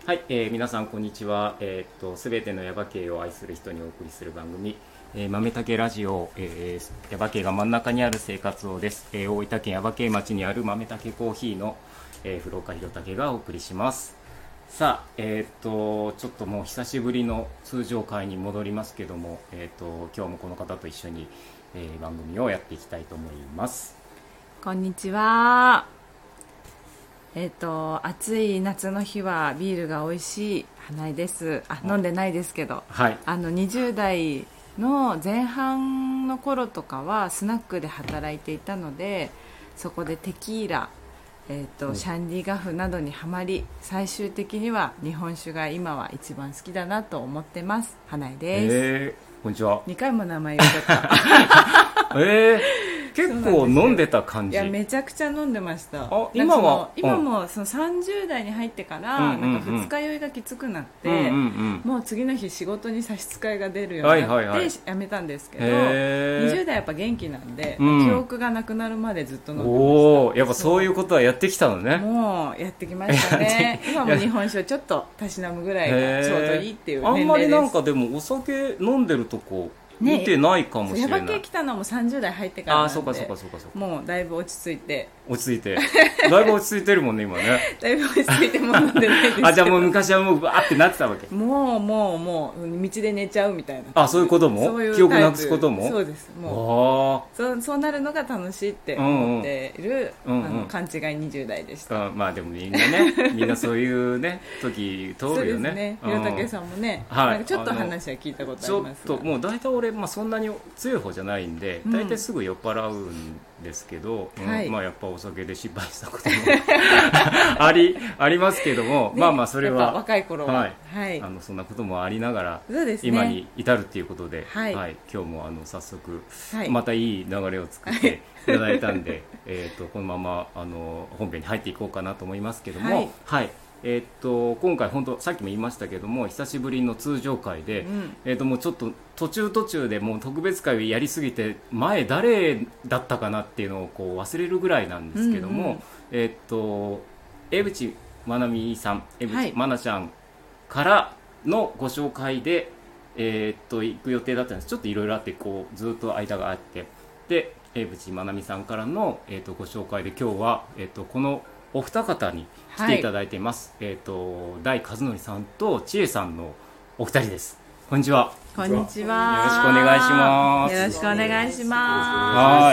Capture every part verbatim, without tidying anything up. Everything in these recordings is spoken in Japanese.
はい、えー、皆さんこんにちは。えー、っとすべての耶馬渓を愛する人にお送りする番組、えー、豆竹ラジオ、えー、耶馬渓が真ん中にある生活をです、えー、大分県耶馬渓町にある豆竹コーヒーの、えー、古岡弘武がお送りします。さあ、えー、っとちょっともう久しぶりの通常回に戻りますけども、えー、っと今日もこの方と一緒に、えー、番組をやっていきたいと思います。 こんにちは。えっと暑い夏の日はビールが美味しい花江です。あ、飲んでないですけど、 はい、 あのにじゅう代の前半の頃とかはスナックで働いていたので、そこでテキーラ、えっとシャンディガフなどにはまり、最終的には日本酒が今は一番好きだなと思ってます。花江です。 えー、こんにちは。 にかいも名前言っちゃったえー結構飲んでた感じ。 いや、めちゃくちゃ飲んでました。 あ、今は今もそのさんじゅう代に入ってから、 うんうんうん、 なんか二日酔いがきつくなって、 うんうんうん、 もう次の日仕事に差し支えが出るようになって、はいはいはい、やめたんですけど、にじゅう代やっぱ元気なんで、うん、記憶がなくなるまでずっと飲んでました。 おー、やっぱそういうことはやってきたのね。 もうやってきましたね。今も日本酒をちょっとたしなむぐらいがちょうどいいっていう年齢です。 あんまりなんかでもお酒飲んでるとこ見てないかもしれない。 耶馬渓来たのもさんじゅう代入ってからなんで、 あ、そうかそうかそうかそうか、 もうだいぶ落ち着いて落ち着いてだいぶ落ち着いてるもんね今ね。 だいぶ落ち着いても飲んでないですけどあ、じゃあもう昔はもうバーってなってたわけ。 もうもうもう道で寝ちゃうみたいな。 あ、そういうことも、そういう記憶なくすことも。 そうです。もうそう、そうなるのが楽しいって思っている、うんうん、あの勘違いにじゅう代でした。 あ、まあでもみんなねみんなそういうね時通るよね。そうですね。 弘武さんもね、はい、なんかちょっと話は聞いたことありますが、 ちょっともう大体俺、まあ、そんなに強い方じゃないんで、大体すぐ酔っ払うんですけど、うん、はい、まあ、やっぱお酒で失敗したこともありありますけども、ね、まあまあそれは若い頃は、 はいはい、あのそんなこともありながら、 ね、 今に至るっていうことで、 はいはい、今日もあの早速、はい、またいい流れを作っていただいたんでえとこのままあの本編に入っていこうかなと思いますけども、はい、はい、えー、っと今回本当さっきも言いましたけども久しぶりの通常回で、うん、えー、っともうちょっと途中途中でもう特別会をやりすぎて前誰だったかなっていうのをこう忘れるぐらいなんですけども、うんうん、えー、っと江口まなみさん、江口まなちゃんからのご紹介で、えー、っと行く予定だったんです。ちょっといろいろあってこうずっと間があって、で江口まなみさんからの、えー、っとご紹介で今日は、えー、っとこのお二方に来ていただいています、はい、えー、と大和則さんと千恵さんのお二人です。こんにちは。 こんにちは。 よろしくお願いします。 よろしくお願いします。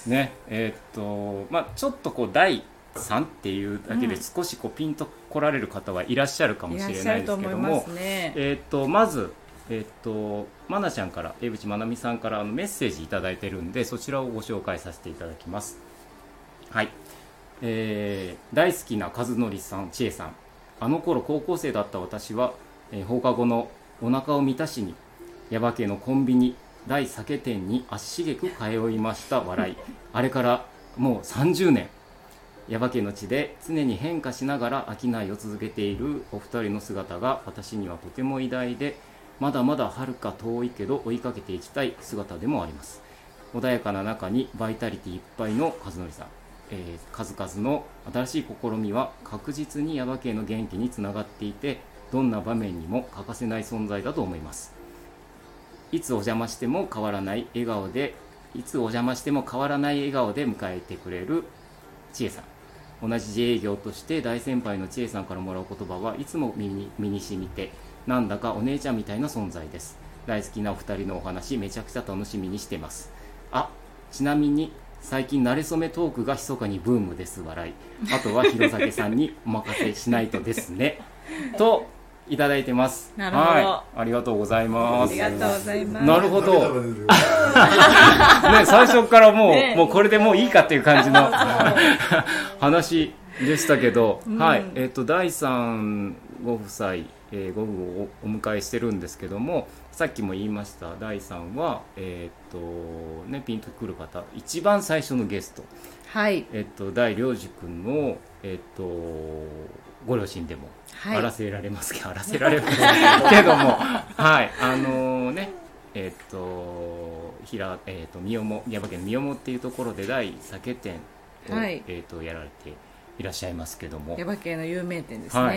はいね、えーとまあ、ちょっとこう大さんっていうだけで少しこうピンと来られる方はいらっしゃるかもしれないですけども、まね、えー、とまず、えー、とまなちゃんから江口まなみさんからあのメッセージいただいてるんで、そちらをご紹介させていただきます。はい、えー、大好きな和則さん、千恵さん、あの頃高校生だった私は、えー、放課後のお腹を満たしに耶馬渓のコンビニ大酒店に足しげく通いました。笑いあれからもうさんじゅうねん、耶馬渓の地で常に変化しながら商いを続けているお二人の姿が私にはとても偉大で、まだまだ遥か遠いけど追いかけていきたい姿でもあります。穏やかな中にバイタリティいっぱいの和則さん、えー、数々の新しい試みは確実に耶馬渓の元気につながっていて、どんな場面にも欠かせない存在だと思います。いつお邪魔しても変わらない笑顔でいつお邪魔しても変わらない笑顔で迎えてくれる千恵さん、同じ自営業として大先輩の千恵さんからもらう言葉はいつも身に身に染みて、なんだかお姉ちゃんみたいな存在です。大好きなお二人のお話めちゃくちゃ楽しみにしてます。あ、ちなみに最近慣れ初めトークが密かにブームです。笑いあとは弘武さんにお任せしないとですねといただいてます。 なるほど、 はい、ありがとうございます。 ありがとうございます。 なるほどね、最初からもう、ね、もうこれでもういいかっていう感じの話でしたけど、うん、はい、えっと大さんご夫妻、えー、ご夫婦をお迎えしてるんですけども、さっきも言いました大さんは、えーっとね、ピンとくる方一番最初のゲスト、 はい、 えーっと大良二君の、えーっとご両親でもあらせられますけど、はい、あらせられますけどもはいあのー、ねえーっと平、えーっと三面耶馬渓の三面っていうところで大酒店を、はい、えーっとやられていらっしゃいますけども、 耶馬渓の有名店ですね。 はい、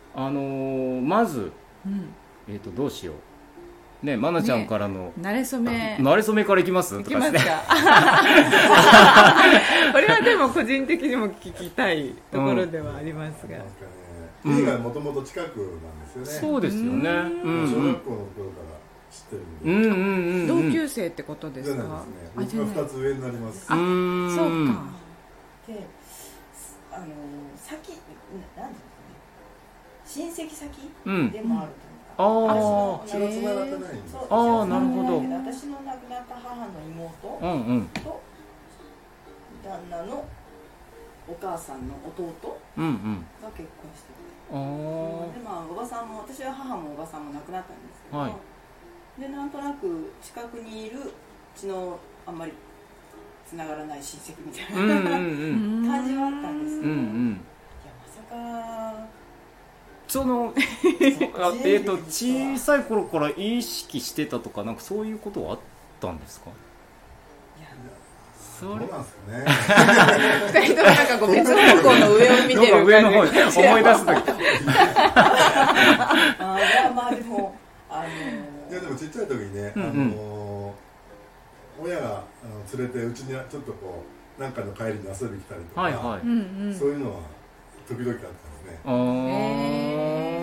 あのー、まず、うん、えーとどうしようね、まなちゃんからの、 ね、慣れ初め慣れ初めからいきますいきますかこれはでも個人的にも聞きたいところではありますが、 うん、家がもともと近くなんですよね。 そうですよね、うん、 小学校の頃から知ってるんで、 うんうんうんうん、 同級生ってことですか？ じゃないですね、僕がふたつ上になります。 あ、そうか。 で、あの先なんですかね、親戚先、うん、でもあると。 ああ、 血がつながってないんです。 ああ、なるほど。 私の亡くなった母の妹と、 うんうん、 旦那のお母さんの弟が結婚してて、 うんうん、 でまあおばさんも、私は母もおばさんも亡くなったんですけど、 はい、 でなんとなく近くにいる血のあんまりつながらない親戚みたいな感じはあったんですけど、うんうん、いやまさか。 そのえーと小さい頃から意識してたとか、なんかそういうことはあったんですか？ いや、 そうなんですかね。 二人ともなんかこう別方向の上を見てる上の方に思い出すときあいやまあでもあのいやでもちっちゃい時にね、うんうん、あの親があの連れてうちにちょっとこうなんかの帰りに遊びに来たりとか、はいはい、そういうのは時々あったんですね。 あー、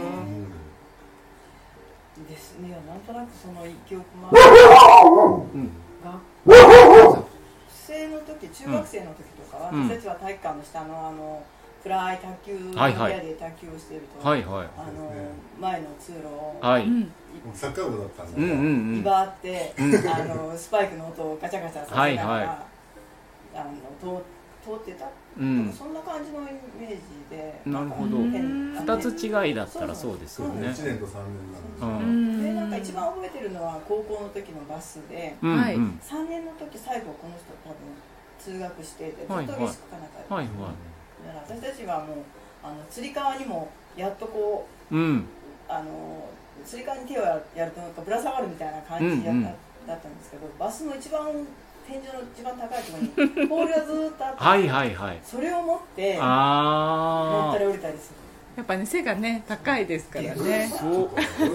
うん、ですね。なんとなくその記憶もある、うん、学生の時、中学生の時とかは、うん、私たちは体育館の下のあの暗い卓球の部屋で卓球をしていると、はいはい、あの前の通路を、はい、 サッカー部だったんで、 威張って、うん、あのスパイクの音をガチャガチャさせながら、はいはい、あの通ってた、うん、そんな感じのイメージで。 なるほど。ふたつ違いだったらそうですよね。 いちねんとさんねんなんです、 うん、でなんか一番覚えてるのは高校の時のバスで、うん、さんねんの時最後この人多分通学しててずっと下宿かなんかで、はいはい、だから私たちはもうあのつり革にもやっとこう、うん、あのつり革に手をやるとなんかぶら下がるみたいな感じだった、うんうん、だったんですけど、バスの一番天井の一番高いところにポールがずっとあってはいはい、はい、それを持って乗ったり降りたりする。 やっぱね背がね高いですからね。 そう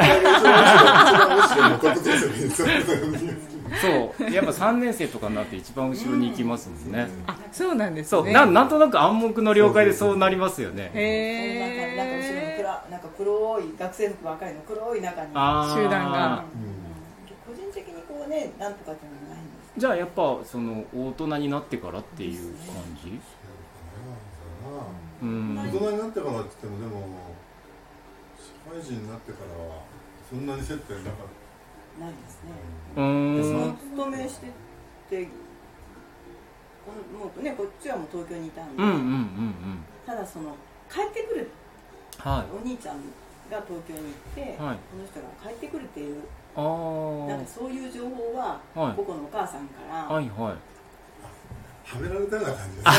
そうやっぱさんねん生とかになって一番後ろに行きますもんね。 うん、あそうなんですね。 そう な, なんとなく暗黙の了解でそうなりますよね。 へえ。なんか後ろに暗なんか黒い学生服ばかりの黒い中に集団が、 うん、個人的にこうねなんとかっていうのはないんです。 じゃあやっぱその大人になってからっていう感じ？ うん、大人になってからって言ってもでも社会人になってからはそんなに接点なかった。 ないですね。うん。勤めしててもうねこっちはもう東京にいたんで、うんうんうんうん、ただその帰ってくる、はい、お兄ちゃんが東京に行って、はい、この人が帰ってくるっていう。あなんかそういう情報は、はい、僕のお母さんから、はいはい、 はめられたような感じです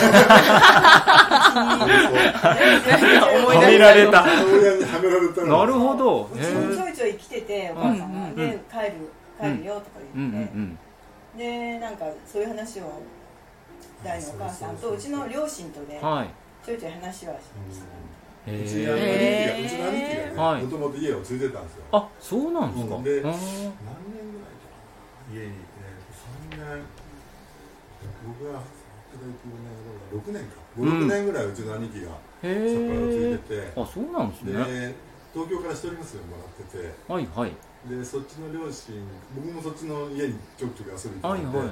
はめられた親にはめられたなるほど。 うちもちょいちょい来ててお母さんが、うん、で帰る帰るよとか言って、うんうんうん、でなんかそういう話を大のお母さんとうちの両親とで、はい、ちょいちょい話はしました。 うちの兄貴がね、もともと家を継いでたんですよ。 あ、そうなんですか。 で、何年ぐらいかな、家にさんねん、僕がろくねんか、ご、ろくねんぐらいうちの兄貴が酒屋を継いでて、 あ、そうなんですね。 で、東京から一人娘をもらってて、 はいはい。 で、そっちの両親、僕もそっちの家にちょくちょく遊びに行って、はいはい、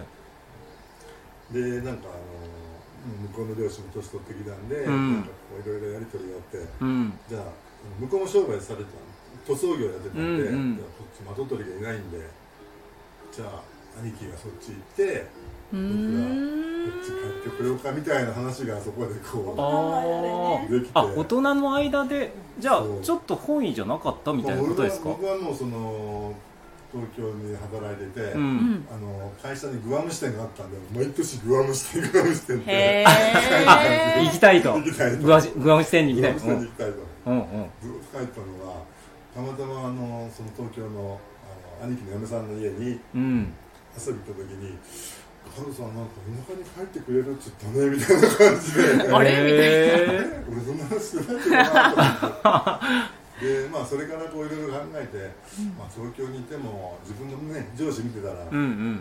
で、なんかあの向こうの両親も年取ってきたんで、うん、なんかこういろいろやり取りがあって、うん、じゃあ向こうも商売されてた塗装業やってたんで、うんうん、じゃあこっち的取りがいないんで、じゃあ兄貴がそっち行って僕がこっち帰ってくれようかみたいな話がそこでこうできて、 あ、大人の間でじゃあちょっと本意じゃなかったみたいなことですか。 僕は、僕はもうその東京に働いてて、うん、あの会社にグアム支店があったんで毎年グアム支店グアム支店ってへー行きたいとグアム支店に行きたいと、 グアム支店に行きたいと、うんうん、ずっと帰ったのがたまたまあのその東京の、あの兄貴の嫁さんの家に遊びに行った時に、カズさんなんか田舎に帰ってくれるって言ったねみたいな感じであれみたいな俺そんな話してないけどなと思ってでまあそれからこういろいろ考えて、まあ、東京にいても自分のね上司見てたら、うんうん、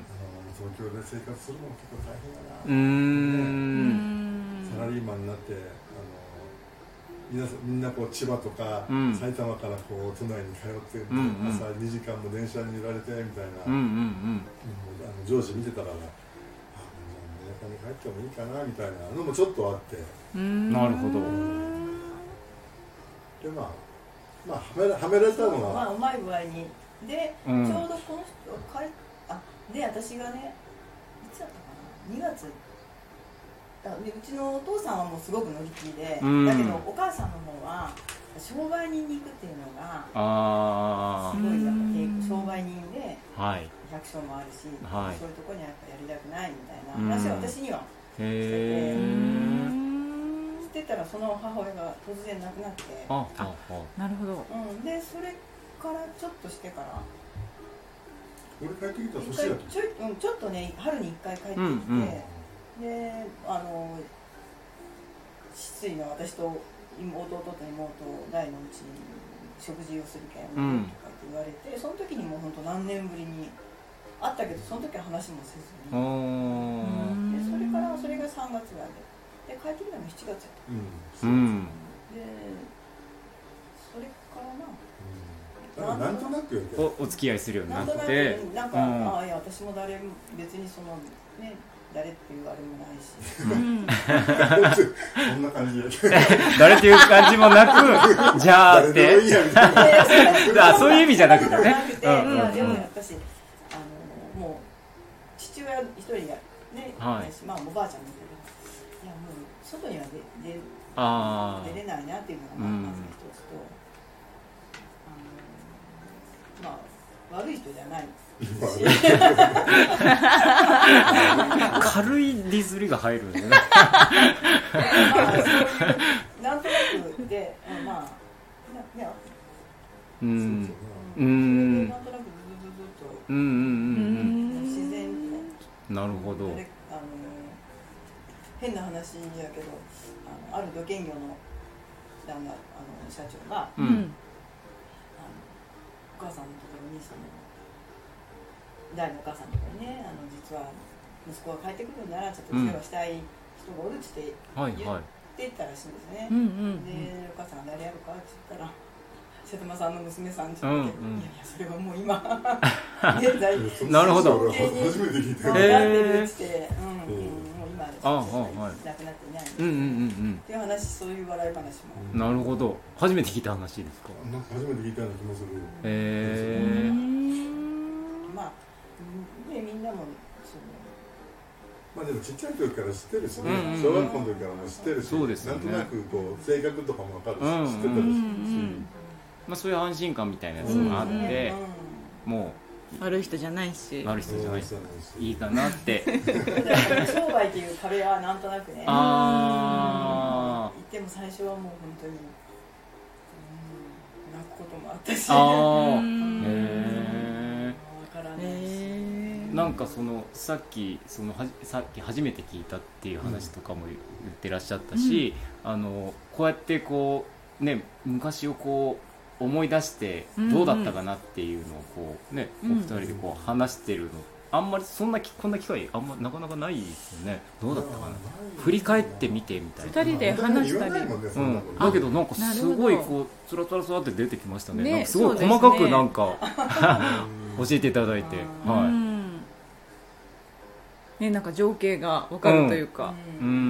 あの東京で生活するのも結構大変だな、うーん、サラリーマンになってあのみんなみんなこう千葉とか、うん、埼玉からこう都内に通って、うんうん、朝にじかんも電車に揺られてみたいな、うんうんうん、あの上司見てたら、ね、あ田舎に帰ってもいいかなみたいなのもちょっとあって、 なるほど。 でまあまあはめらはめられたのは、 まあ、うまい具合にで、うん、ちょうどこの人帰あで私がねいつだったかなにがつだでうちのお父さんはもうすごく乗り気で、うん、だけどお母さんの方は商売人に行くっていうのがあすごいやっぱ商売人で、はい、百姓もあるし、はい、そういうところにはやっぱやりたくないみたいな話を私にはしてて。してたらその母親が突然亡くなって、ああなるほど、 うん、でそれからちょっとしてから俺帰ってきたら年だっちょい、うん、ちょっとね春にいっかい帰ってきて、うんうん、であの失意の私と弟と妹大のうちに食事をするけん、うん、とかって言われてその時にもう本当何年ぶりに会ったけどその時は話もせずに、でそれからそれがさんがつぐらいで。で帰ってきたのしちがつやった、うん、でそれからな、 うん、なんとなくお, お付き合いするようになってなんか、うん、あいや私も誰も別にそのね誰っていうあれもないし、うん、 そんな感じで誰っていう感じもなくじゃあってあそういう意味じゃなくてねでも私あのもう父親一人がね、はい、まあおばあちゃんみたいないやもう外には出, 出, あ出れないなっていうのがまず一つと、うん、あのまあ悪い人じゃない軽いディスりが入るんだよねまあそういうなんとなくでまあねうんうんうんなんとなくずずずっとうんうんうん自然になるほど変な話やけど あ, のある土建業の旦那あの社長が、うん、あのお母さんのところにその大のお母さんのところにねあの実は息子が帰ってくるならちょっと世話したい人がおるって言ってたらしいんですね、うんはいはい、でお母さんが誰やるかって言ったら瀬戸間さんの娘さんって言って、うんうん、いやいやそれはもう今現在なるほど初めて聞いたなってるって、うんうんああはい、亡くなっていない、うんうんうんうんっていう話そういう笑い話も、 うん、なるほど初めて聞いた話ですかなんか初めて聞いたような気もするへえまあねみんなもそのまあでもちっちゃい時から知ってるしね、うんうん、小学校の時からも知ってるし、そうですよね、なんとなくこう性格とかも分かるし、うんうん、知ってたりし、うんうん、 まあ、そういう安心感みたいなやつもあって、うんうん、もう悪い人じゃないし悪い人じゃないしいいかなって商売っていう壁はなんとなくねあ言っても最初はもう本当に、うん、泣くこともあったしあへ分からないしなんかそのさっきそのはさっき初めて聞いたっていう話とかも言ってらっしゃったし、うん、あのこうやってこうね昔をこう思い出してどうだったかなっていうのをこうね、うんうん、お二人でこう話してるのあんまりそんなこんな機会あんまなかなかないですよね。どうだったかな振り返ってみてみたいなふたりで話したり、 うん、だけどなんかすごいこうつらつらつらって出てきましたね。ねなんかすごい細かくなんか、ね、教えていただいて、はい、 ね、なんか情景が分かるというか、うんうんうん、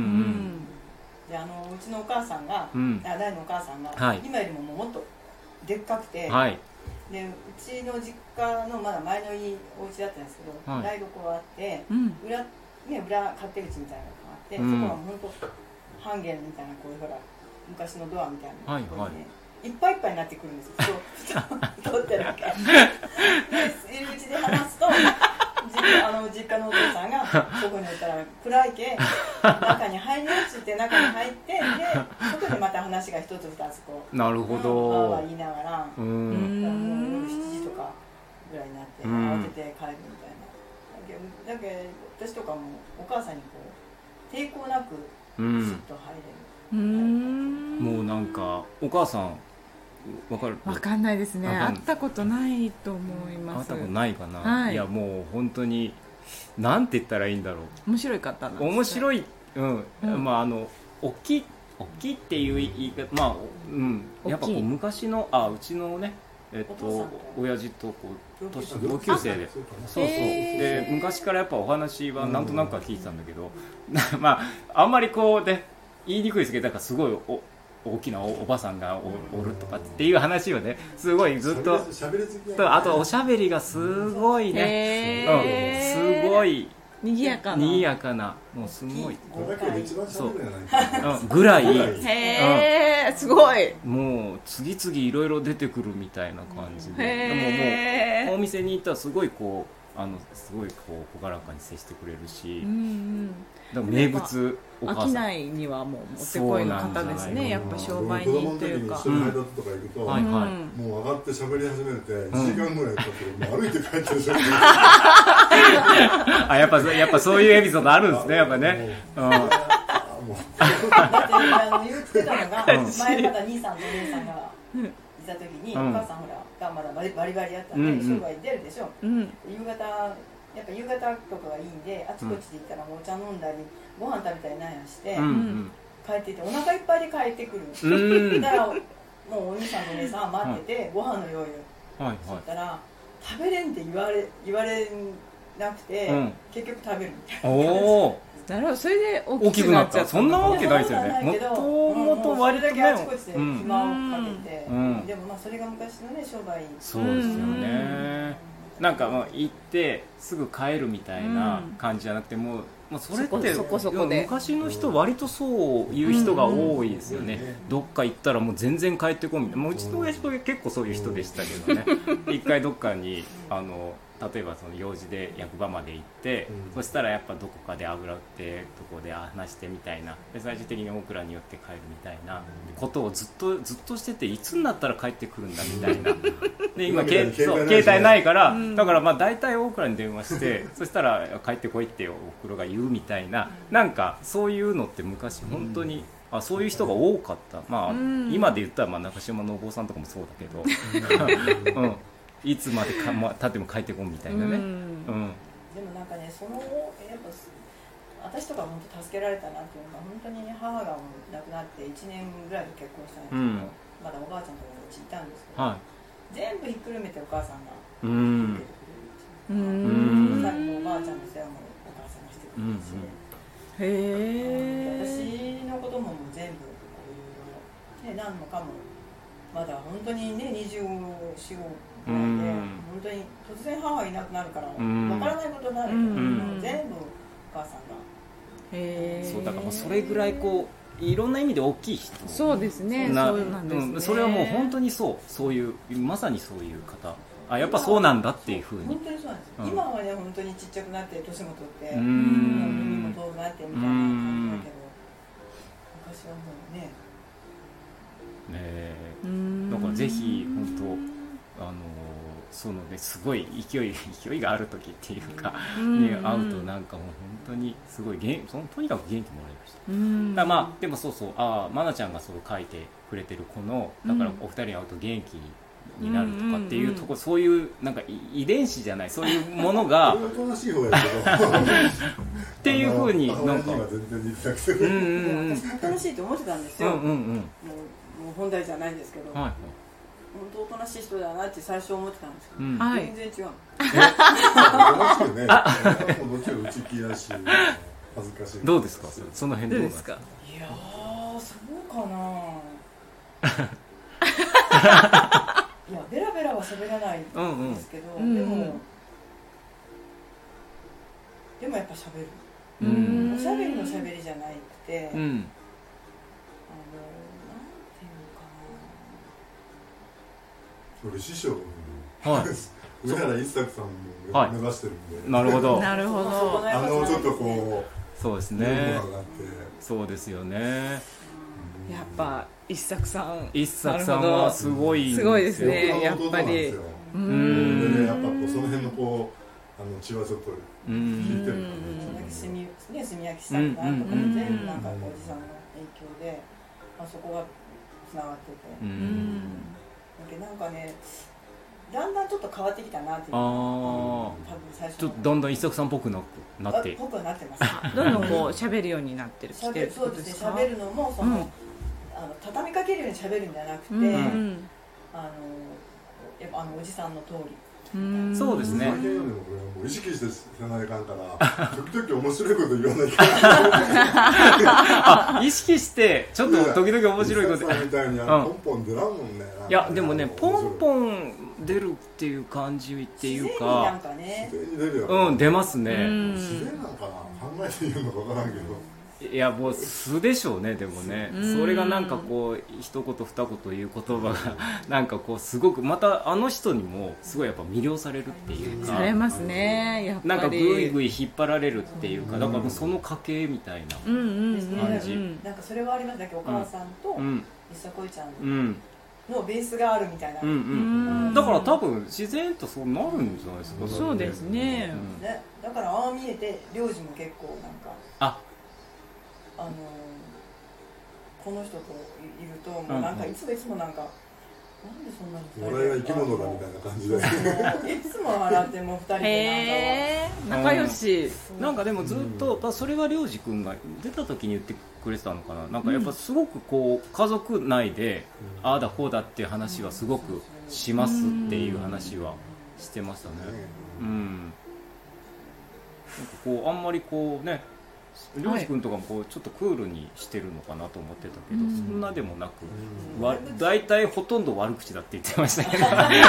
であのうちのお母さんが、うん、あ大のお母さんが、はい、今よりももっとでっかくて、はい、でうちの実家のまだ前のいいお家だったんですけど、はい、台所があって、うん、裏, ね、裏勝手口みたいなのがあって、うん、そこは本当半弦みたいなこういうほら昔のドアみたいな、ね、はいはい、いっぱいいっぱいになってくるんですよ通ってるわけで入り口で話すとあの実家のお父さんがそこにいたら暗いけ中に入りよっつって中に入ってでそこでまた話が一つ二つこうなるほど、 うん、ああ言いながらうん、もう夜しちじとかぐらいになって慌てて帰るみたいな、だけどだけど私とかもお母さんにこう抵抗なくスッと入れる、 うん、もうなんかお母さんわかる？ わかんないですね。会ったことないと思います。 会ったことないかな、 はい、 いやもう本当になんて言ったらいいんだろう。 面白い方なんですか？ 面白い、うん、うん、まああの大きい大きいっていう言い方、まあ、うん、やっぱこう昔のあうちのねえっと親父とこう年同級生で、そうそうで昔からやっぱお話はなんとなくは聞いてたんだけど、まああんまりこうで言いにくいですけど、だからすごいお大きな お, おばさんが お, おるとかっていう話をねすごいずっと、あとおしゃべりがすごいね、うん、すごいにぎやかなにぎやかな、もうすごいそう、 うん、ぐらいへー、うん、すごい、 もう次々いろいろ出てくるみたいな感じで、でももうお店に行ったらすごいこうあのすごいこう朗らかに接してくれるし、うんうん、だから名物お母さん、 飽きないにはもうもってこいの方ですね。やっぱ商売人というか、 子供の時に一緒に間とか行くと、うんはいはい、もう上がって喋り始めていちじかんぐらい経ってもう歩いて帰ってるしあやっぱやっぱそういうエピソードあるんですね、やっぱね。うん、だってあの言ってたのが前まだ兄さんとお姉さんがいた時に、うん、お母さんほらがまだバリバリバリやったんで、うんうん、商売出るでしょ、うん、夕方やっぱ夕方とかがいいんであちこちで行ったらもうお茶飲んだりご飯食べたりなんやして、うん、帰っていてお腹いっぱいで帰ってくる、うん、だからもうお兄さんとお姉さん待ってて、うん、ご飯の用意を、はいはい、そしたら食べれんって言われ言われなくて、うん、結局食べるみたいな。 おなるほど、それで大きくなっちゃった。 そんなわけないですよね。もともと割とね、 それだけあちこちで暇をかけて、うん、でもまあそれが昔のね商売。 そうですよね。なんかまあ行ってすぐ帰るみたいな感じじゃなくて、もう、まあ、それってそこそこで昔の人割とそういう人が多いですよね、うんうん、どっか行ったらもう全然帰ってこんみたいな、もううちの親父と結構そういう人でしたけどね一回どっかにあの例えばその用事で役場まで行って、うん、そしたらやっぱどこかで油売ってどこで話してみたいな、で最終的に大倉に寄って帰るみたいなことをずっとずっとしてて、いつになったら帰ってくるんだみたいなで今けそう携帯ないから、うん、だからまあ大体大倉に電話してそしたら帰ってこいっておふくろが言うみたいな、なんかそういうのって昔本当に、うん、あそういう人が多かった。まあ、うん、今で言ったらまあ中島のお坊さんとかもそうだけど、うんいつまでか、ま、経っても帰ってこんみたいなね、うんうん、 でもなんかねそのやっぱ私とか本当助けられたなっていうのが、本当に、ね、母がもう亡くなっていちねんぐらいで結婚したんですけど、うん、まだおばあちゃんとかうちいたんですけど、はい、全部ひっくるめてお母さんが受けてくれるんですよ、うん、さっきもおばあちゃんの世話もお母さんがしてくれるし、うんうん、へー、私のことももう全部いろいろ何もかもまだ本当にねにじゅうよん、ぐらいで、本当に突然母がいなくなるからわからないことになるけど、全部お母さんがへー、そうだからもうそれぐらいこういろんな意味で大きい人、 そうですね、そうなんですね、 うん、それはもう本当にそうそういうまさにそういう方、あやっぱそうなんだっていうふうに、 本当にそうなんです、うん、今はね本当にちっちゃくなって年も取って耳も遠くなってみたいな感じだけど、昔はもうねね、だからぜひ本当あのそのねすごい勢い勢いがある時っていうか、ね、会うとなんかもう本当にすごい元そのとにかく元気もらいました。うんだまあでもそうそうあ愛菜ちゃんがそう書いてくれてるこのだからお二人に会うと元気になるとかっていうとこ、そういうなんか遺伝子じゃないそういうものがっていうふうになんか新しいと思ってたんですよ、うんうんうん、もうもう本題じゃないんですけど、はいはい、本当おとなしい人だなって最初思ってたんですけど、うん、全然違う。 どうですかその辺どうですか。 いやーそうかないやベラベラは喋らないんですけど、うんうん、でも、うん、でもやっぱ喋る、うん、おしゃべりのしゃべりじゃなくて、うん俺師匠の上原一作さんも目指してるんで、はい、 なるほどなるほどあのちょっとこうそうですねそうですよね、 うん、やっぱ一作さん一作さんはすごいすごいですねやっぱりうんでねやっぱこうその辺のこうあの血はちょっと引いてる炭焼さんとか全部なんかおじさんの影響であそこがつながっててうんなんかねだんだんちょっと変わってきたなっていうのが、多分最初ちょっとだんだん一作さんっぽくななって僕はなってます、ね、 どんどんこう喋るようになってる来てるってことですか？そうですね、喋るのもその、うん、あの畳みかけるように喋るんじゃなくて、うん、あのやっぱあのおじさんの通り。 うんそうですね。 最近よりもこれもう意識してせないかんから時々面白いこと言わないから意識してちょっと時々面白いことみたいにポンポン出らんもんね。 いやでもねポンポン出るっていう感じっていうかなんかね自然に出るよ、 うん出ますね。 自然なんかな考えて言うのか分からんけど。 いやもう素でしょうね。でもねそれがなんかこう一言二言言う言葉がなんかこうすごくまたあの人にもすごいやっぱ魅了されるっていうかされますね。やっぱりなんかグイグイ引っ張られるっていうかだからもうその家系みたいな感じ。 なんかそれはありますだけどお母さんといさこいちゃんのベースがあるみたいな、うんうん、 だから多分自然とそうなるんじゃないですか。 そうですね、 うん、ねだからああ見えて領事も結構なんかああのこの人といるともうなんかいつもいつもなんか、なんでそんなに俺が生き物だみたいな感じでいつも笑ってもうふたりでなんか仲良し、 うん、なんかでもずっと、うん、それは良二君が出た時に言ってくれてたのかな。なんかやっぱすごくこう家族内で、うん、ああだこうだっていう話はすごくしますっていう話はしてましたね。うん、うん、なんかこうあんまりこうねりょうじくんとかもこうちょっとクールにしてるのかなと思ってたけど、うん、そんなでもなく、うん、わ大体ほとんど悪口だって言ってましたけど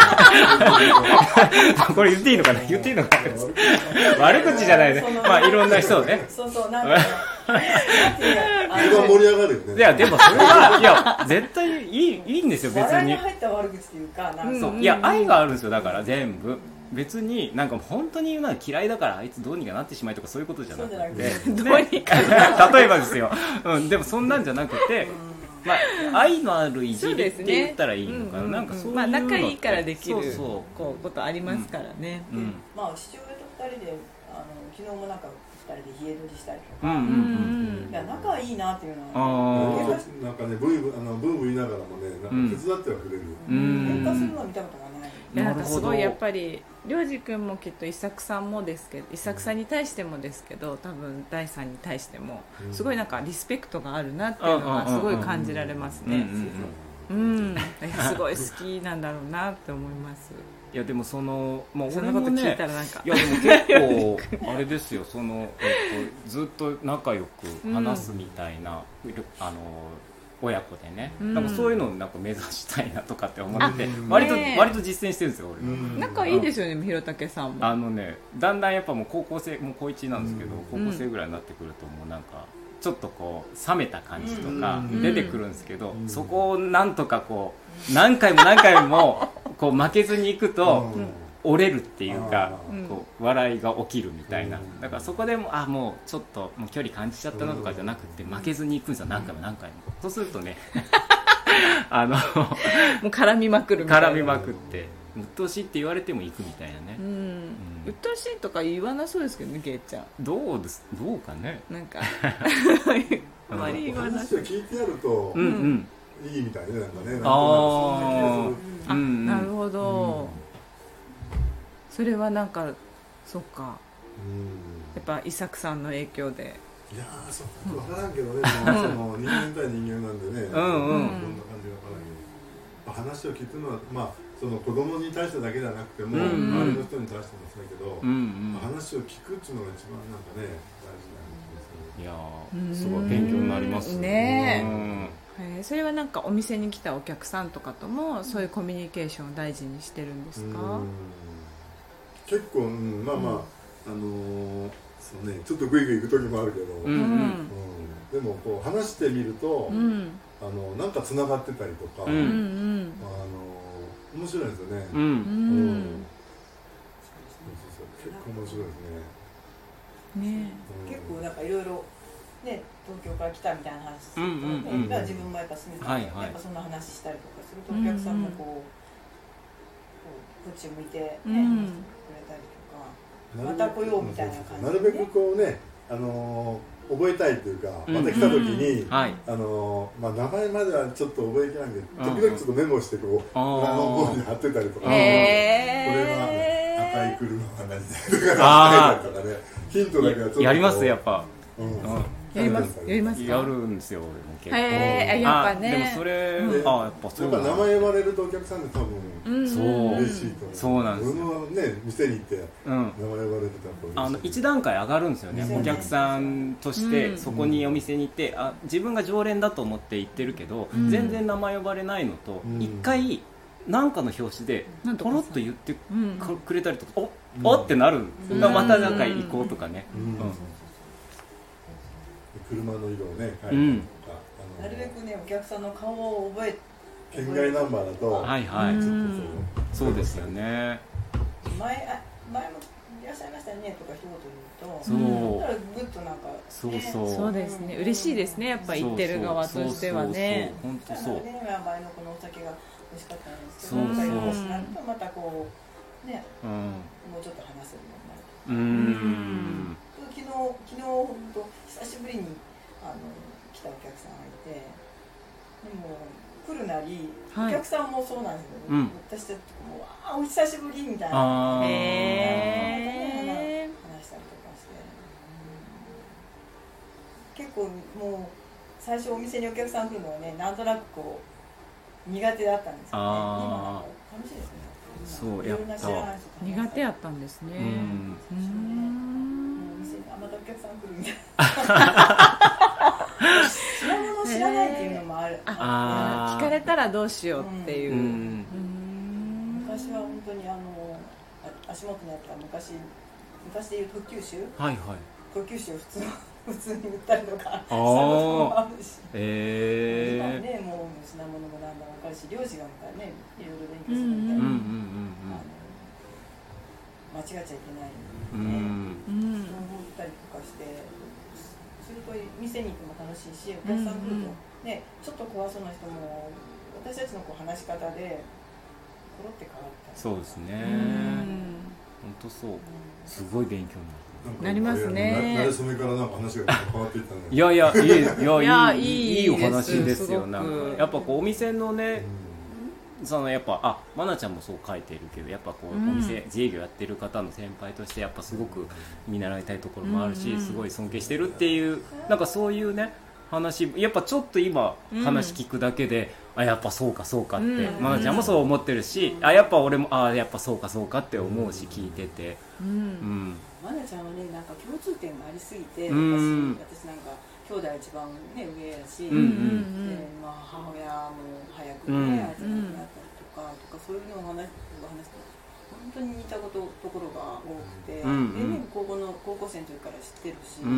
これ言っていいのかな言っていいのかな悪口じゃないね。まあいろんな人をねそうそうなんか一番盛り上がるよね。 いやでもそれはいや絶対いい、いいんですよ別に。 笑いに入った悪口っていうかなんかそういや愛があるんですよ。だから全部別になんか本当に言うのは嫌いだからあいつどうにかなってしまいとかそういうことじゃなくてどうにか例えばですよ、うん、でもそんなんじゃなくて、まあ、愛のあるいじりって言ったらいいのかな、ね、なんかそういうの、 まあ、仲いいからできるそうそうこうことありますからね、 うんうん、 まあ父親とふたりであの昨日もなんかふたりで冷え取りしたりとか、 うんうんうん、 いや仲いいなっていうのはあなんかねブーブーあのブーブー言いながらもねなんか手伝ってはくれる。 喧嘩するのは見たことがない。 いやなんかすごいやっぱりりょうじくんもきっと伊作さんもですけど伊作さんに対してもですけど多分大さんに対してもすごいなんかリスペクトがあるなっていうのがすごい感じられますね。うん、すごい好きなんだろうなって思います。 いやでもその、まあ、 そんなこと聞いたらなんかいやでも結構あれですよその、えっと、ずっと仲良く話すみたいな、うん、あの親子でね、うん、なんかそういうのをなんか目指したいなとかって思って割と、ね、割と実践してるんですよ俺、うん、 仲いいですよね弘武さんも。 あのねだんだんやっぱもう高校生もう高いちなんですけど、うん、高校生ぐらいになってくるともうなんかちょっとこう冷めた感じとか出てくるんですけど、うん、そこをなんとかこう何回も何回もこう負けずにいくと、うん折れるっていうか、こう笑いが起きるみたいな。だからそこでもあもうちょっともう距離感じちゃったなとかじゃなくて負けずに行くんですよ何回も何回も。そうするとねあのもう絡みまくるみたいな。 絡みまくって鬱陶しいって言われても行くみたいなね。 うんうん、鬱陶しいとか言わなそうですけどねケイちゃん。 どうですどうかね。 なんかあまり言わな話を聞いてやると、うんうん、いいみたいねなんかね。なんかああ、うん、なるほど。うんそれはなんかそっか、うん、やっぱ伊作さんの影響で。 いやーそっか分からんけどね、うん、その人間対人間なんでね、うんうん、どんな感じか分からんけど話を聞くのは、まあ、その子供に対してだけじゃなくても、うんうん、周りの人に対してもそうだけど、うんうんまあ、話を聞くっていうのが一番なんかね大事なんですよね。いやーすごい勉強になりますね、うん、それはなんかお店に来たお客さんとかともそういうコミュニケーションを大事にしてるんですか？うん結構、うん、まあまあ、うん、あのー、そうね、ちょっとグイグイ行く時もあるけど、うんうんうん、でもこう話してみると、うん、あのなんかつながってたりとか、うんうん、あの面白いですよね。うんうん、そうそうそう結構面白いですね。 ね、 うん、結構なんかいろいろね東京から来たみたいな話すると、ねうんうんうん、自分もやっぱ住んでて、はいはい、やっぱそんな話したりとかするとお客さんもこう、うんうん、こっち向いてね。うんまた来ようみたいな感じで、ね、 なるべくこうね、あのー、 覚えたいというか、また来た時に、 うんはい、 あのまあ、名前まではちょっと覚えきれないけど、時々ちょっとメモしてこう裏の方に貼ってたりとか、これは赤い車が何でとか書いたりとかね、ヒントだけはちょっとやりますやっぱ、うんうんやりますやりますかやるんですよ結構。へえやっぱね。 でもそれ、うん、あやっぱそうやっぱ名前呼ばれるとお客さんで多分、 うん、そう嬉しいと思う。 そうなんですよ。 俺もね店に行って名前呼ばれてたら、 あの一段階上がるんですよね。お客さんとしてそこにお店に行って、あ自分が常連だと思って行ってるけど、うん、全然名前呼ばれないのと一、うん、回何かの表紙でポロッと言ってくれたりとか、お、うん、おってなるんですよ。また何回行こうとかね。うんうん車の色をね変えたりとか、 なるべくねお客さんの顔を覚えて県外ナンバーだとはいはいそうですよね。 前あ前もいらっしゃいましたねとか一言言うと、 そうだからグッとなんか、ね、 そうそうそうですね、嬉しいですねやっぱ言ってる側としてはね。 本当そう。 ね前のこのお酒が美味しかったんですけど、そうそう話になるとまたこうね、うん、もうちょっと話せるようになるとか。うん昨日昨日本当久しぶりにあの来たお客さんがいて、でも来るなり、はい、お客さんもそうなんですけど、ね、うん、私たちもあお久しぶりみたいな、 へー話したりとかして、うん、結構もう最初お店にお客さん来るのはねなんとなくこう苦手だったんですけど、ね、今楽しいですね。 そうやった苦手やったんですね。うんうんまたお客さん来るみたいな知らないもの知らないっていうのもある。 あ聞かれたらどうしようっていう、うんうん、 昔は本当にあの足元にあった昔昔でいう特急酒、 はいはい、 特急酒を普通普通に売ったりとかしたこともあるし、 えー、 今ねもう品物もなんだか分かるし、漁師がまたねいろいろ勉強するみたいな、うんうんうんうん、間違っちゃいけないので、うんうん、そう思ったりとかしてすると店に行っても楽しいし、お客さん来ると、ね、ちょっと怖そうな人も私たちのこう話し方でコロって変わったり。 そうですね、本当そう、すごい勉強になる。 なりますね。 なれそめからなんか話が変わっていったね。 いやいやいいいやいやいいいいお話ですよ。なんかやっぱこうお店のね、うん、そのやっぱあマナちゃんもそう書いてるけど、やっぱこう、うん、お店自営業やってる方の先輩としてやっぱすごく見習いたいところもあるし、うん、すごい尊敬してるっていうなんかそういうね話、やっぱちょっと今話聞くだけで、うん、あやっぱそうかそうかって、うん、マナちゃんもそう思ってるし、うん、あやっぱ俺もあやっぱそうかそうかって思うし、聞いてて、うんうんマナちゃんはね、なんか共通点がありすぎて、うん、私、私なんか兄弟一番、ね、上やし、うんうんでまあ、母親も早くね、あいつが亡くなったりとか、とかそういうのを話すと本当に似たことところが多くて、うんうん、でね、高校の高校生の時から知ってるし、うん、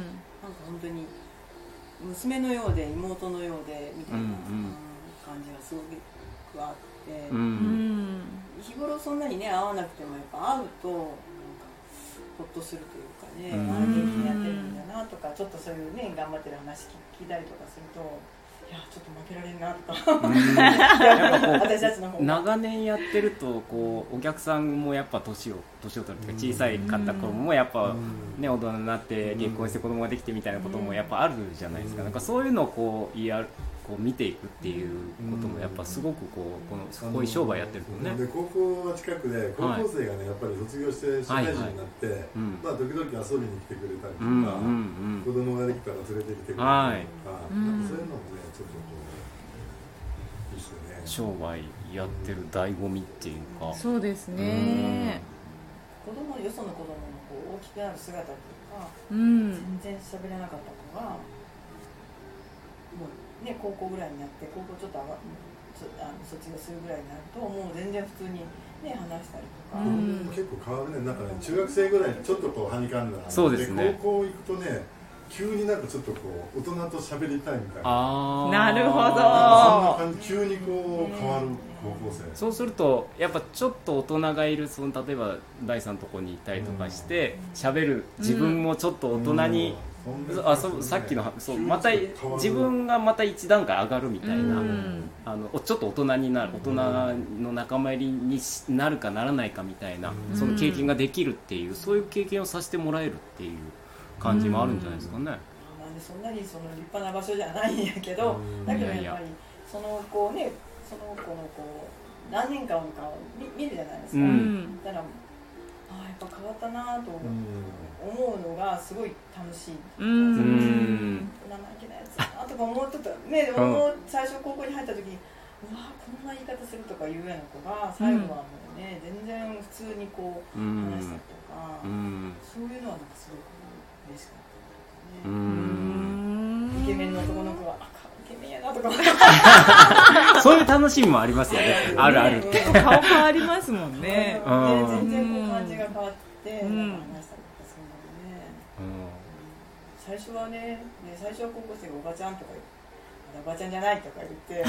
なんか本当に娘のようで妹のようでみたいな感じがすごくあって、うんうん、日頃そんなにね会わなくてもやっぱ会うとほっとするというかね、うん、あ元気にやってるんだなとか、ちょっとそういうね頑張ってる話聞いたりとかすると、いやちょっと負けられるなとかやっぱこう私たちの方長年やってるとこうお客さんもやっぱ年を年を取るというか小さい方もやっぱ、ね、大人になって結婚して子供ができてみたいなこともやっぱあるじゃないですか。なんかそういうのをこうやるこう見ていくっていうこともやっぱすごくこうこのこういう商売やってるとね。 で高校は近くで高校生がねやっぱり卒業して社会人になって、はいはいうん、まあ時々遊びに来てくれたりとか、うんうんうん、子供ができたら連れてきてくれたりとか、はい、なんかそういうのもねちょっとこういいですよね。 商売やってる醍醐味っていうか、 そうですね。 子供よその子供のこう大きくなる姿とか、うん、全然喋れなかった子がもうね、高校ぐらいになって高校ちょっとあの卒業するぐらいになるともう全然普通に、ね、話したりとか、うん、 結構変わるね。なんかね中学生ぐらいにちょっとこうはにかんだそうですね。 高校行くとね急になんかちょっとこう大人と喋りたいみたいな。 あなるほど。 そんな感じ急にこう変わる高校生。 そうするとやっぱちょっと大人がいるその例えば第三のとこに行ったりとかして喋る自分もちょっと大人に、うん、あそさっきのそうまた自分がまた一段階上がるみたいな、うん、あのちょっと大人になる大人の仲間入りになるかならないかみたいな、うん、その経験ができるっていうそういう経験をさせてもらえるっていう感じもあるんじゃないですかね、うん、 まあ、そんなにその立派な場所じゃないんやけど、だけどやっぱりその子ね、その子のこう何年間か見るじゃないですか、うん、だからあやっぱ変わったなと思うのがすごい楽しい、うん、生意気なやつだなとか思ってたね、うん、最初高校に入った時にうわこんな言い方するとかいうような子が最後はもうね、うん、全然普通にこう話したりとか、うん、そういうのはなんかすごく嬉しかったですね、うん、イケメンの男の子はイケメンやなとかそういう楽しみもありますよねあるある結構顔変わりますもんね全然こう感じが変わって、うん、なんか話したりとかするのでね、うん、最初はね、ね最初は高校生がおばちゃんとか言っておばちゃんじゃないとか言って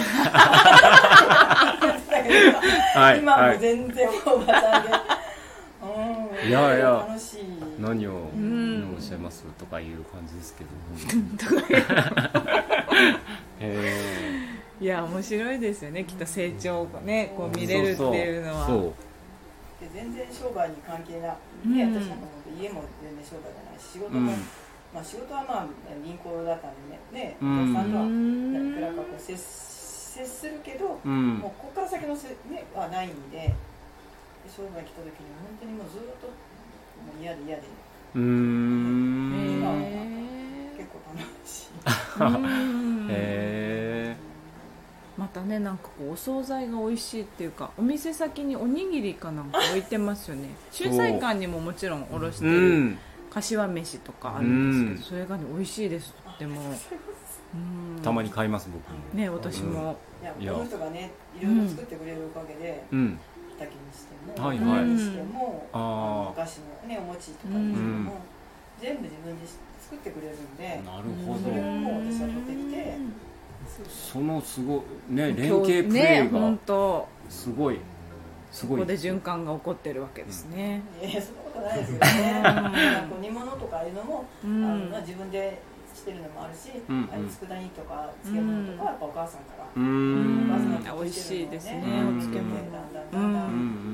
はい、今も全然おばちゃんで、 うん、いやいや楽しい何をおっしゃいますとかいう感じですけどへいや面白いですよねきっと成長をねこう見れるっていうのはそうそうそうで全然商売に関係ない、ね、うん、私の家も全然商売じゃないし仕事も、うんまあ、仕事はまあ銀行だったんでね、お客さんとはいくらかこう接、接するけど、うん、もうここから先のせ、ね、はないんで、で商売来た時に本当にもうずっともう嫌で嫌で、うーん今は結構楽しい。 へまたねなんかこうお惣菜が美味しいっていうかお店先におにぎりかなんか置いてますよね。駐在館にももちろんおろしてる。うん柏飯とかあるんですけど、それがね美味しいですとっても、 うん、たまに買います僕もね私も、 うん、いやこの人がねいろいろ作ってくれるおかげで、うん、畑にしても、はいはい、にしても、うん、お菓子のねお餅とかにしても、うん、全部自分で作ってくれるんで、 なるほど。 それをもう私は取ってきて、 そのすごいね連携プレーが本当すごい。 そこで循環が起こってるわけですね。 うん、いやそんなことないですけどね。なんか煮物とかああいうのも、うん、あの自分でしてるのもあるし、うん、ああいう佃煮とか漬物とかはやっぱお母さんから、うん、お母さんが美味しいですね。お漬物だんだんだんだん、うん、バトンタッ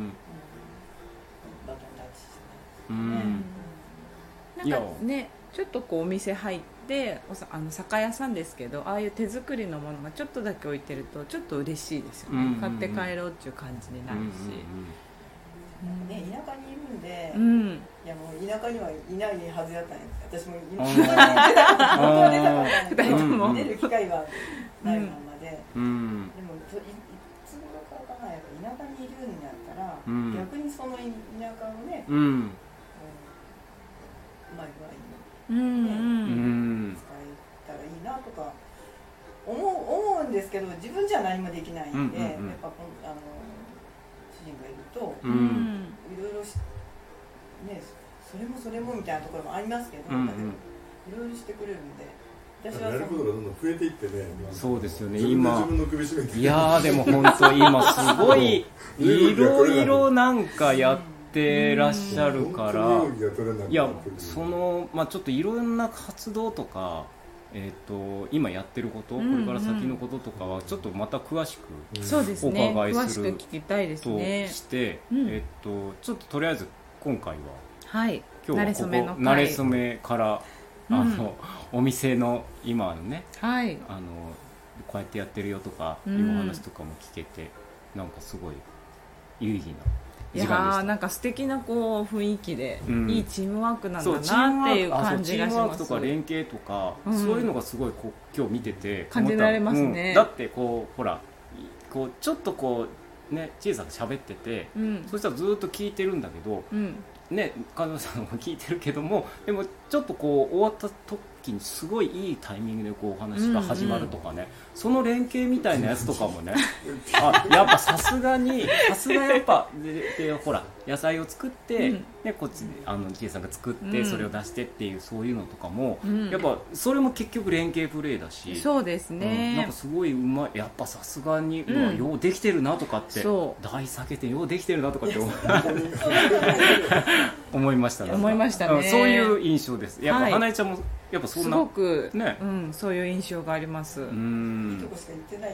チしてね。なんかねちょっとこうお店入って。であの酒屋さんですけどああいう手作りのものがちょっとだけ置いてるとちょっと嬉しいですよね、うんうんうん、買って帰ろうっていう感じになるし、 うんうんうん、ね、田舎にいるんで、うん、いやもう田舎にはいないはずだったんです私も今出たこと本当は出たことないんで出る機会はないままで、うん、でもいつ頃からかなやっぱ田舎にいるんやったら、うん、逆にその田舎をね、うんうん、うまい具合にうんうんね、使えたらいいなとか思う、思うんですけど自分じゃ何もできないんで、うんうんうん、やっぱあの主人がいると、うん、いろいろし、ね、それもそれもみたいなところもありますけど、うんうん、だけどいろいろしてくれるんで私はやることがどんどん増えていってねそうですよね今自分の首絞めていやーでも本当今すごいいろいろなんかやっててらっしゃるから、いやそのまあちょっといろんな活動とか、えー、と今やってること、うんうん、これから先のこととかはちょっとまた詳しくお伺いするとして、うん、えー、とちょっととりあえず今回は、 はい、 今日はここ慣れ初めからあの、うん、お店の今のね、はい、あのこうやってやってるよとかいうお話とかも聞けて、うん、なんかすごい有意義ないやなんか素敵なこう雰囲気で、うん、いいチームワークなんだなっていう感じがします。チームワークとか連携とか、うん、そういうのがすごいこう今日見てて感じられますね、 うん、だってこうほらこうちょっとこうね小さく喋ってて、うん、そしたらずっと聞いてるんだけど、うん、ね彼女さんも聞いてるけどもでもちょっとこう終わった時にすごいいいタイミングでこうお話が始まるとかね、うんうん、その連携みたいなやつとかもねあやっぱさすがにさすがやっぱ で, でほら野菜を作って、うんね、こっちあのジェイさんが作ってそれを出してっていう、うん、そういうのとかも、うん、やっぱそれも結局連携プレーだしそうですね、 うん、なんかすごいうまいやっぱさすがに、うん、ようできてるなとかって大避けてようできてるなとかって思う思いました。 思いましたね。 そういう印象です。やっぱ花江ちゃんもやっぱそんなすごく、 ね、 うん、そういう印象があります。うん、いいとこしか言ってない。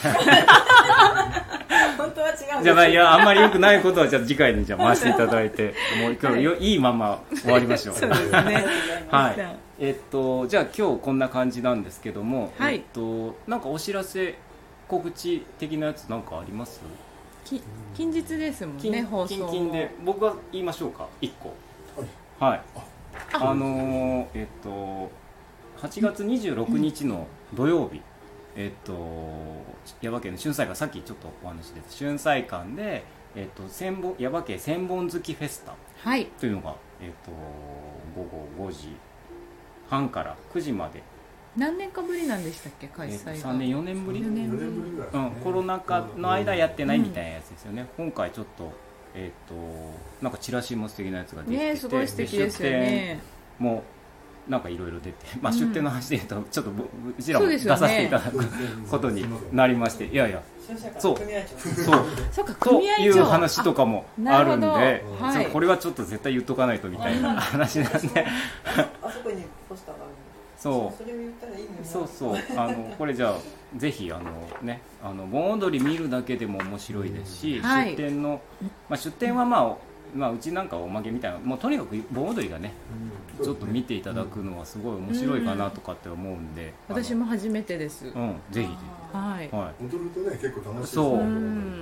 本当は違うんです。 じゃあいやあんまり良くないことはじゃあ次回にじゃあ回していただいて、もう今日、はい、いいまま終わりましょう。 そうですね。 はい。えっとじゃあ今日こんな感じなんですけども、 はい、 えっとなんかお知らせ告知的なやつなんかあります？ き近日ですもんね、放送。 近々で僕が言いましょうか、いっこ。はい。はい、あ, あのー、えっとはちがつにじゅうろくにちの土曜日、えっと耶馬渓の春菜館、さっきちょっとお話で春菜館で、えっと千本耶馬渓千本好きフェスタというのが、はい、えっとごごごじはんからくじまで。 何年かぶりなんでしたっけ、開催が？ えー、さんねんよねんぶり、 よねんぶり、 うん、 コロナ禍の間やってないみたいなやつですよね、うん、今回ちょっと、えー、となんかチラシも素敵なやつができてて、 ね、すごい素敵ですよね。 もうなんかいろいろ出て、まあ、出店の話でいうとちょっとうちらも出させていただくことになりまして、いやいやそうそうそうという話とかもあるんで、はい、これはちょっと絶対言っとかないとみたいな話なんであそこにポスターがある。 そうそれを言ったらいいのに。 そうそう、あのこれじゃあぜひあのね、あの盆踊り見るだけでも面白いですし、はい、出店の、まあ、出店はまあ、まあ、うちなんかおまけみたいな、もうとにかく盆踊りがね、うん、ちょっと見ていただくのはすごい面白いかなとかって思うんで、 うん、私も初めてです。 うん、ぜひ、 はい、 はい、踊るとね結構楽しいですね。 そう、うん、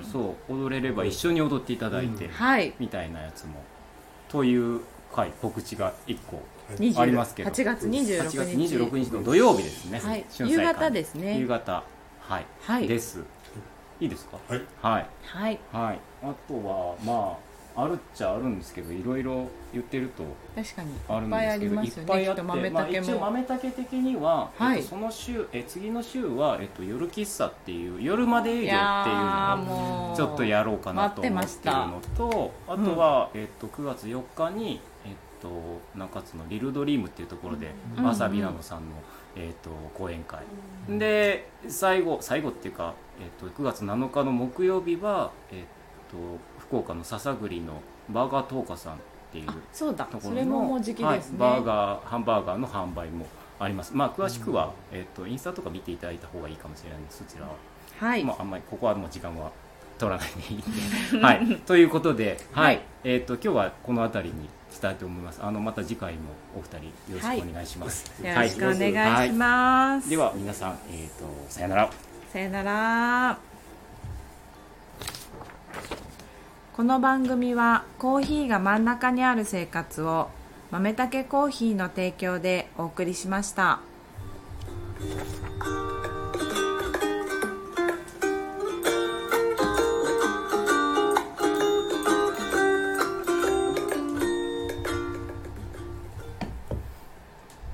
そう踊れれば一緒に踊っていただいて、うん、みたいなやつもという、はい、告知がいっこありますけど、 はちがつにじゅうろくにち、 はちがつにじゅうろくにちの土曜日ですね、 はい、夕方ですね。 夕方、はい、はい、です。いいですか？ はい、 はいはい、 はい、あとはまああるっちゃあるんですけど、いろいろ言ってると確かにあるんですけど、いっぱいあって、豆まあ、一応豆竹的には、はい、えっと、その週え次の週は、えっと、夜喫茶っていう夜まで営業っていうのをちょっとやろうかなと思ってるのと、あとは、うん、えっと、くがつよっかに、えっと、中津のリルドリームっていうところで、うん、アサビナノさんの、えっと、講演会、うん、で最後最後っていうか、えっと、くがつなのかの木曜日は、えっと、福岡の篠栗のバーガートーカさんっていうところの、 そうだ、それももう時期ですね、 はい、バーガーハンバーガーの販売もあります。まあ、詳しくは、うん、えっと、インスタとか見ていただいた方がいいかもしれないので、そちらは、 はい、 まあ、あんまりここはもう時間は取らないでいいんで、はい、ということで、はい、えっと、今日はこの辺りにしたいと思います。あのまた次回もお二人よろしくお願いします。 はい、よろしくお願いします。 はい、では皆さん、えっと、さよなら。 さよなら。この番組はコーヒーが真ん中にある生活を豆たけコーヒーの提供でお送りしました。